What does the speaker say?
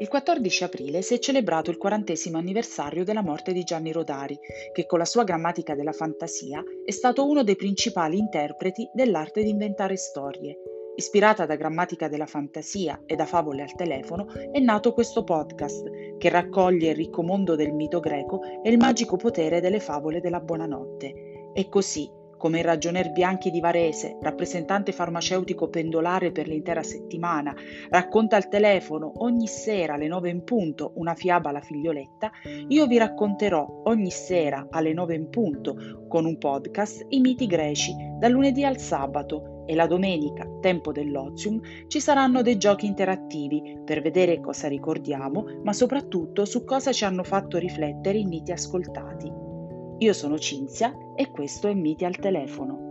Il 14 aprile si è celebrato il 40° anniversario della morte di Gianni Rodari, che con la sua grammatica della fantasia è stato uno dei principali interpreti dell'arte di inventare storie. Ispirata da Grammatica della fantasia e da Favole al telefono, è nato questo podcast che raccoglie il ricco mondo del mito greco e il magico potere delle favole della buonanotte. E così, come il ragioner Bianchi di Varese, rappresentante farmaceutico pendolare per l'intera settimana, racconta al telefono ogni sera alle 9 in punto una fiaba alla figlioletta, io vi racconterò ogni sera alle 9 in punto con un podcast i miti greci dal lunedì al sabato e la domenica, tempo dell'ozium, ci saranno dei giochi interattivi per vedere cosa ricordiamo, ma soprattutto su cosa ci hanno fatto riflettere i miti ascoltati. Io sono Cinzia e questo è Miti al telefono.